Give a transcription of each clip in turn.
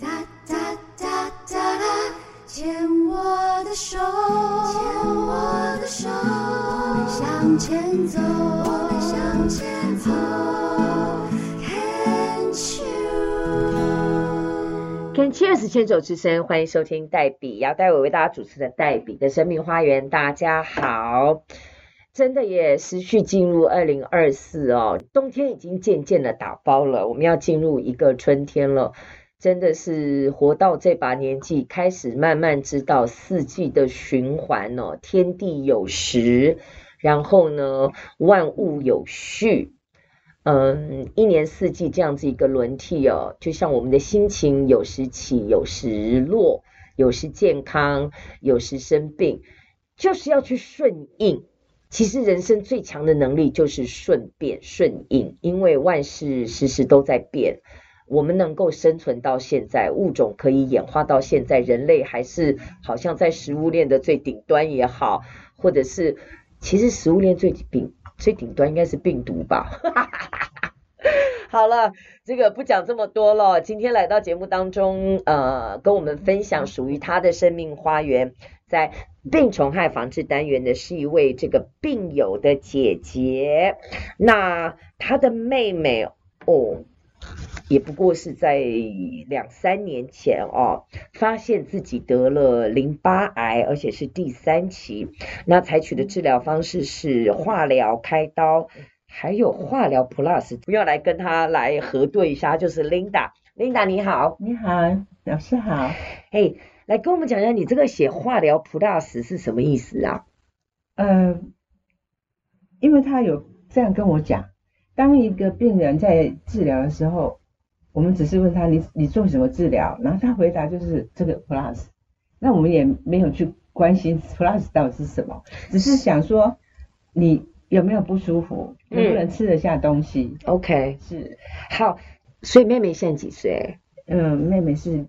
哒哒哒哒哒，牵我的手，牵我的手，我们向前走，我们向前走。 跟 Cheers 牵手之声，欢迎收听黛比，要待会为大家主持的黛比的生命花园。大家好，真的也持续进入2024哦，冬天已经渐渐的打包了，我们要进入一个春天了。真的是活到这把年纪，开始慢慢知道四季的循环哦，天地有时，然后呢，万物有序。一年四季这样子一个轮替哦，就像我们的心情有时起，有时落，有时健康，有时生病，就是要去顺应。其实人生最强的能力就是顺变顺应，因为万事时时都在变。我们能够生存到现在，物种可以演化到现在，人类还是好像在食物链的最顶端也好，或者是其实食物链最顶端应该是病毒吧。好了，这个不讲这么多了。今天来到节目当中，跟我们分享属于他的生命花园，在病虫害防治单元的是一位这个病友的姐姐。那她的妹妹也不过是在2-3年前发现自己得了淋巴癌，而且是第3期。那采取的治疗方式是化疗、开刀，还有化疗 Plus。不要来跟他来核对一下，就是 Linda。Linda 你好。 你好，老师好。 来跟我们讲一下你这个写化疗 Plus 是什么意思啊？ 因为他有这样跟我讲，当一个病人在治疗的时候，我们只是问他你做什么治疗，然后他回答就是这个 Plus， 那我们也没有去关心 Plus 到底是什么，只是想说你有没有不舒服，能不能吃得下东西。 OK， 是。 好，所以妹妹现在几岁？ 妹妹是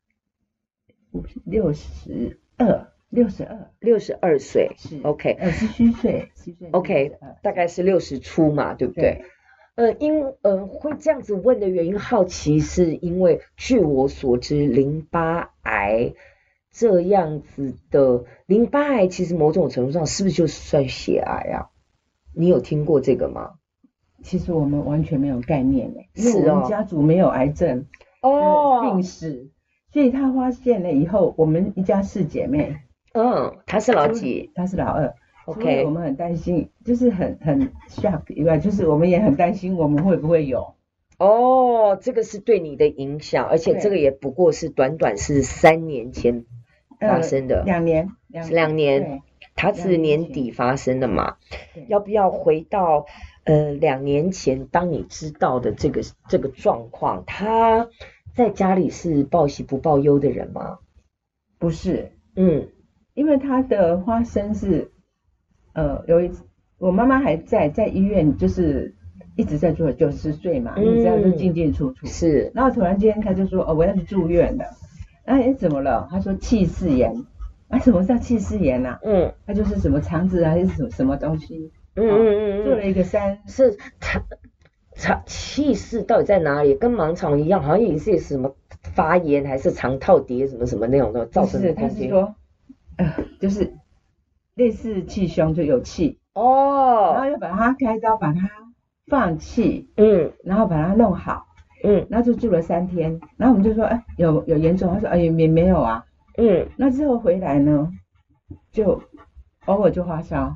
62岁，是 OK， 27岁 ，OK， 大概是60出嘛，对不对？会这样子问的原因，好奇是因为据我所知，淋巴癌这样子的淋巴癌，其实某种程度上是不是就算血癌啊？你有听过这个吗？ 其实我们完全没有概念因为我们家族没有癌症病史，所以他发现了以后，我们一家4姐妹， 她是老几？ 她是老2。 OK， 我们很担心，就是很 shock 以外，就是我们也很担心我们会不会有。 这个是对你的影响，而且这个也不过是短是3年前发生的。 2年， 它是年底发生的嘛？要不要回到2年前，当你知道的这个状况，他在家里是报喜不报忧的人吗？ 不是，因为他的发生是有一次我妈妈还在医院，就是一直在做，90岁嘛，你知道就进进出出。 是， 然后突然间他就说我要去住院了。怎么了？他说气室炎。什么叫气室炎啊？他就是什么肠子还是什么东西。做了一个是气室到底在哪里？跟盲肠一样，好像也是什么发炎还是肠套叠什么那种的造成的空间。 他是说就是类似气胸，就有气然后又把它开刀，把它放气然后把它弄好然后就住了3天，然后我们就说有严重，他说也没有啊那之后回来呢，就偶尔就发烧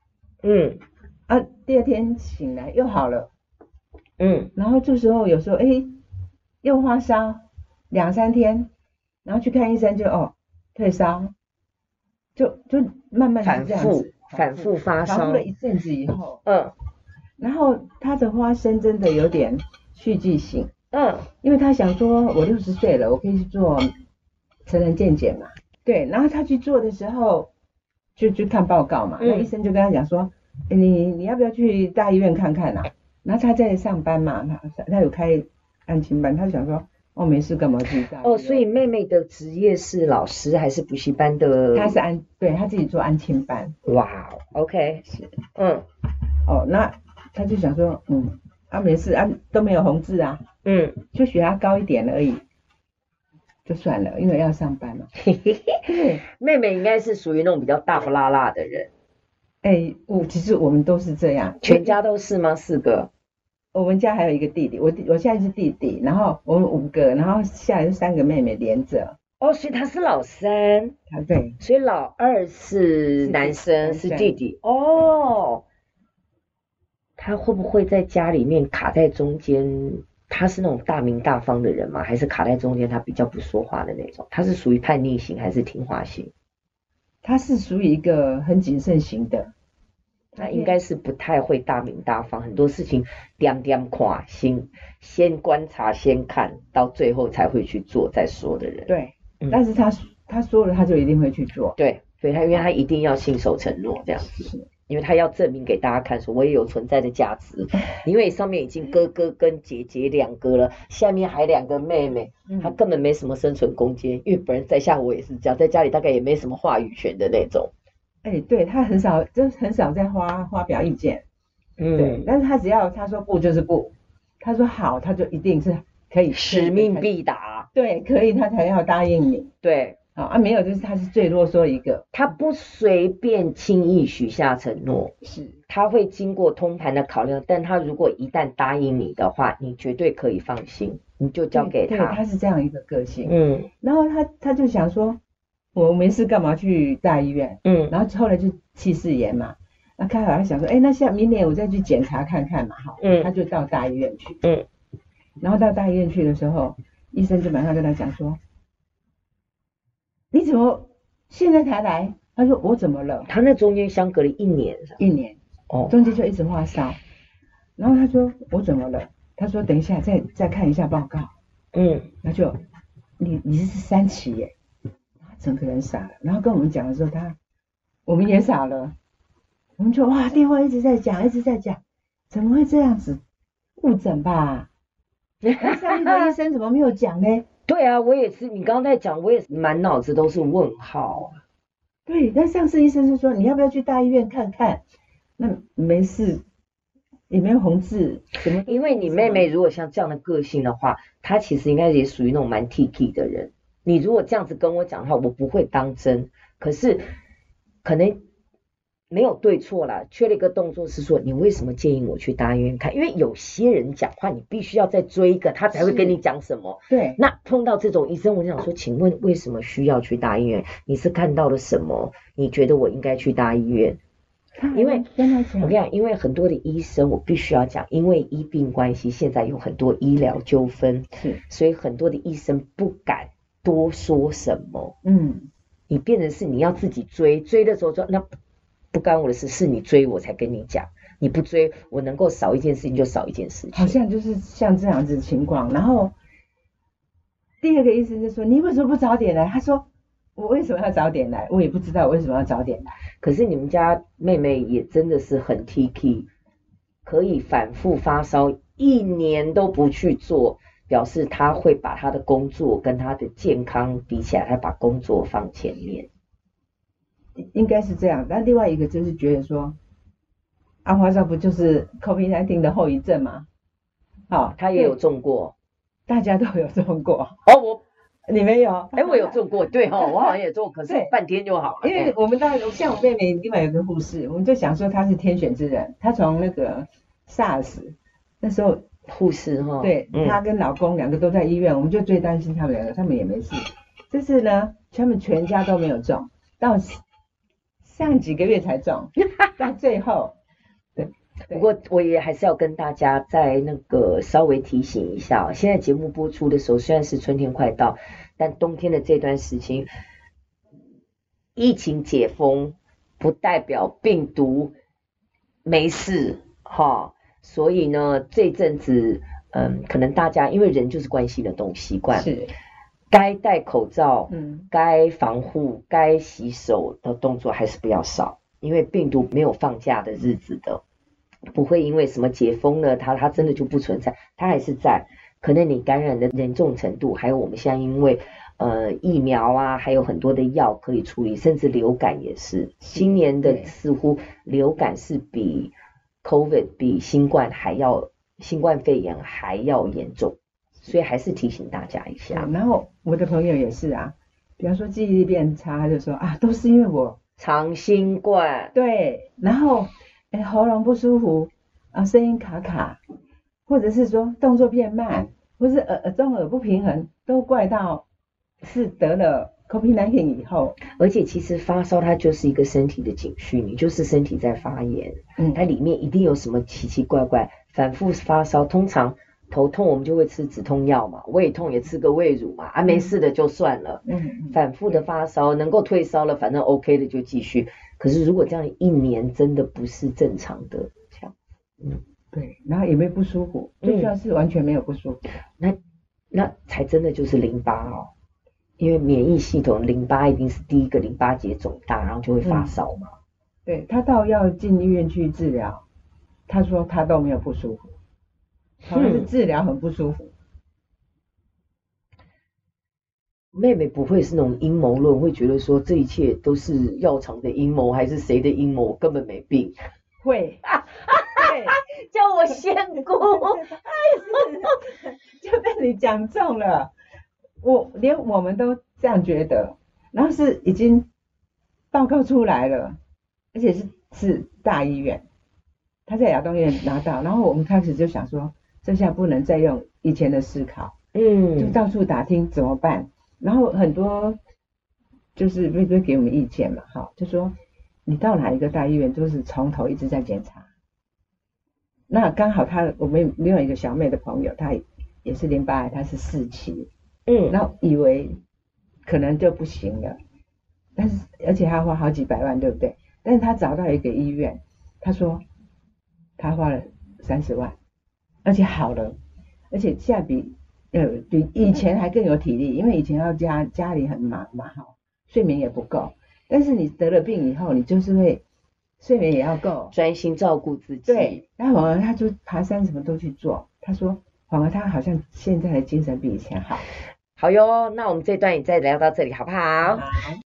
第2天醒来又好了然后这时候有时候又发烧2-3天，然后去看医生就退烧，就慢慢是这样子反复发烧， 反复了一阵子以后然后他的发生真的有点戏剧性因为他想说我60岁了，我可以去做成人健检嘛，对，然后他去做的时候就看报告嘛那医生就跟他讲说你要不要去大医院看看啊？然后他在上班嘛，他有开安亲班，他就想说没事干嘛去大医院所以妹妹的职业是老师还是补习班的？ 他是对，他自己做安亲班。 哇 OK 是那他就想说没事都没有红字啊就血压高一点而已就算了，因为要上班嘛。 妹妹应该是属于那种比较大不拉拉的人。 其实我们都是这样。 全家都是吗？4个？ 我们家还有一个弟弟，我现在是弟弟，然后我们5个，然后下来是3个妹妹连着。 所以他是老3。 对。 所以老2是男生，是弟弟。他会不会在家里面卡在中间？他是那种大名大方的人吗？还是卡在中间他比较不说话的那种？他是属于叛逆型还是听话型？ 他是属于一个很谨慎型的。 他应该是不太会大名大方，很多事情点点看，先观察先看到最后才会去做再说的人。 对。但是他说了他就一定会去做。 对，所以因为他一定要信守承诺这样子。因为他要证明给大家看说我也有存在的价值，因为上面已经哥哥跟姐姐2个了，下面还2个妹妹，他根本没什么生存空间。因为本人在下我也是这样，在家里大概也没什么话语权的那种。 对，他很少在发表意见。对，但是他只要他说不就是不，他说好他就一定是可以， 使命必达。 对，可以他才要答应你。 对。 没有就是他是最啰嗦一个， 他不随便轻易许下承诺， 是他会经过通盘的考量，但他如果一旦答应你的话，你绝对可以放心，你就交给他。 对，他是这样一个个性。然后他就想说，我没事干嘛去大医院？然后后来就气室炎嘛，那开好他想说，那明年我再去检查看看嘛，好，他就到大医院去。然后到大医院去的时候，医生就马上跟他讲说，你怎么现在才来？他说我怎么了？ 他那中间相隔了1年。 1年。中间就一直发烧。然后他说我怎么了？他说等一下再看一下报告。那就你是3期耶。整个人傻了。然后跟我们讲的时候，我们也傻了。我们就哇，电话一直在讲，怎么会这样子？误诊吧？上一个医生怎么没有讲呢？ 对啊，我也是，你刚刚在讲，我也是满脑子都是问号。 对，但上次医生就说你要不要去大医院看看？那没事，也没有红字，什么？ 因为你妹妹如果像这样的个性的话，她其实应该也属于那种蛮 Tiki 的人。你如果这样子跟我讲的话，我不会当真。可是可能没有对错啦，缺了一个动作是说，你为什么建议我去大医院看？因为有些人讲话，你必须要再追一个，他才会跟你讲什么。 对。 那碰到这种医生，我就想说，请问为什么需要去大医院？你是看到了什么？你觉得我应该去大医院？因为我跟你讲，因为很多的医生，我必须要讲，因为医病关系，现在有很多医疗纠纷，所以很多的医生不敢多说什么。你变成是你要自己追的时候说，那不干我的事，是你追我才跟你讲，你不追我能够少一件事情就少一件事情。 好像就是像这样子的情况。然后第二个医生就说，你为什么不早点来？他说我为什么要早点来？我也不知道为什么要早点来。 可是你们家妹妹也真的是很 Tiki， 可以反复发烧1年都不去做，表示她会把她的工作跟她的健康比起来，她把工作放前面。 应该是这样。但另外一个就是觉得说，发烧不就是 COVID-19 的后遗症吗？ 她也有中过， 大家都有中过。你没有？ 我有中过，对我好像也中，可是半天就好了。 因为我们像我妹妹，另外有个护士，我们就想说她是天选之人。她从那个 SARS 那时候护士对，她跟老公2个都在医院，我们就最担心他们2个，他们也没事。这次呢，他们全家都没有中，到上几个月才中，到最后。 不过我也还是要跟大家再那个稍微提醒一下，现在节目播出的时候虽然是春天快到，但冬天的这段时间疫情解封不代表病毒没事所以呢这阵子可能大家因为人就是关系的东习惯，是该戴口罩该防护该洗手的动作还是不要少，因为病毒没有放假的日子的，不会因为什么解封了它真的就不存在，它还是在。可能你感染的严重程度，还有我们现在因为疫苗啊，还有很多的药可以处理，甚至流感也是。今年的似乎流感是比 COVID 比新冠肺炎还要严重， 所以还是提醒大家一下。 然后我的朋友也是啊，比方说记忆力变差，他就说啊，都是因为我长新冠。 对，然后喉咙不舒服啊，声音卡卡，或者是说动作变慢，或是中耳不平衡，都怪到是得了 COVID-19 以后。 而且其实发烧它就是一个身体的警讯，你就是身体在发炎，它里面一定有什么奇奇怪怪，反复发烧，通常头痛我们就会吃止痛药嘛，胃痛也吃个胃乳嘛，没事的就算了。反复的发烧能够退烧了，反正 OK 的就继续。可是如果这样1年真的不是正常的这样。 对，然后也没不舒服，最主要是完全没有不舒服。 那才真的就是淋巴哦，因为免疫系统淋巴一定是第一个淋巴结肿大，然后就会发烧嘛。 对，他到要进医院去治疗，他说他都没有不舒服。好像是治疗很不舒服。 妹妹不会是那种阴谋论，会觉得说这一切都是药厂的阴谋，还是谁的阴谋？根本没病。 会， 对，叫我仙姑， 就被你讲中了。连我们都这样觉得，然后是已经报告出来了，而且是大医院，他在亚东医院拿到，然后我们开始就想说。这下不能再用以前的思考，就到处打听怎么办。然后很多就是会给我们意见嘛，就说你到哪一个大医院都是从头一直在检查。那刚好我们有一个小妹的朋友，她也是淋巴癌，她是4期，然后以为可能就不行了，但是而且她花好几百万，对不对？但是她找到一个医院，她说她花了30万。而且好了，而且现在比以前还更有体力，因为以前要家里很忙嘛，睡眠也不够。但是你得了病以后，你就是会睡眠也要够， 专心照顾自己。 对，然后反而他就爬山什么都去做。他说，反而他好像现在的精神比以前好。 好哟，那我们这段也再聊到这里，好不好？好。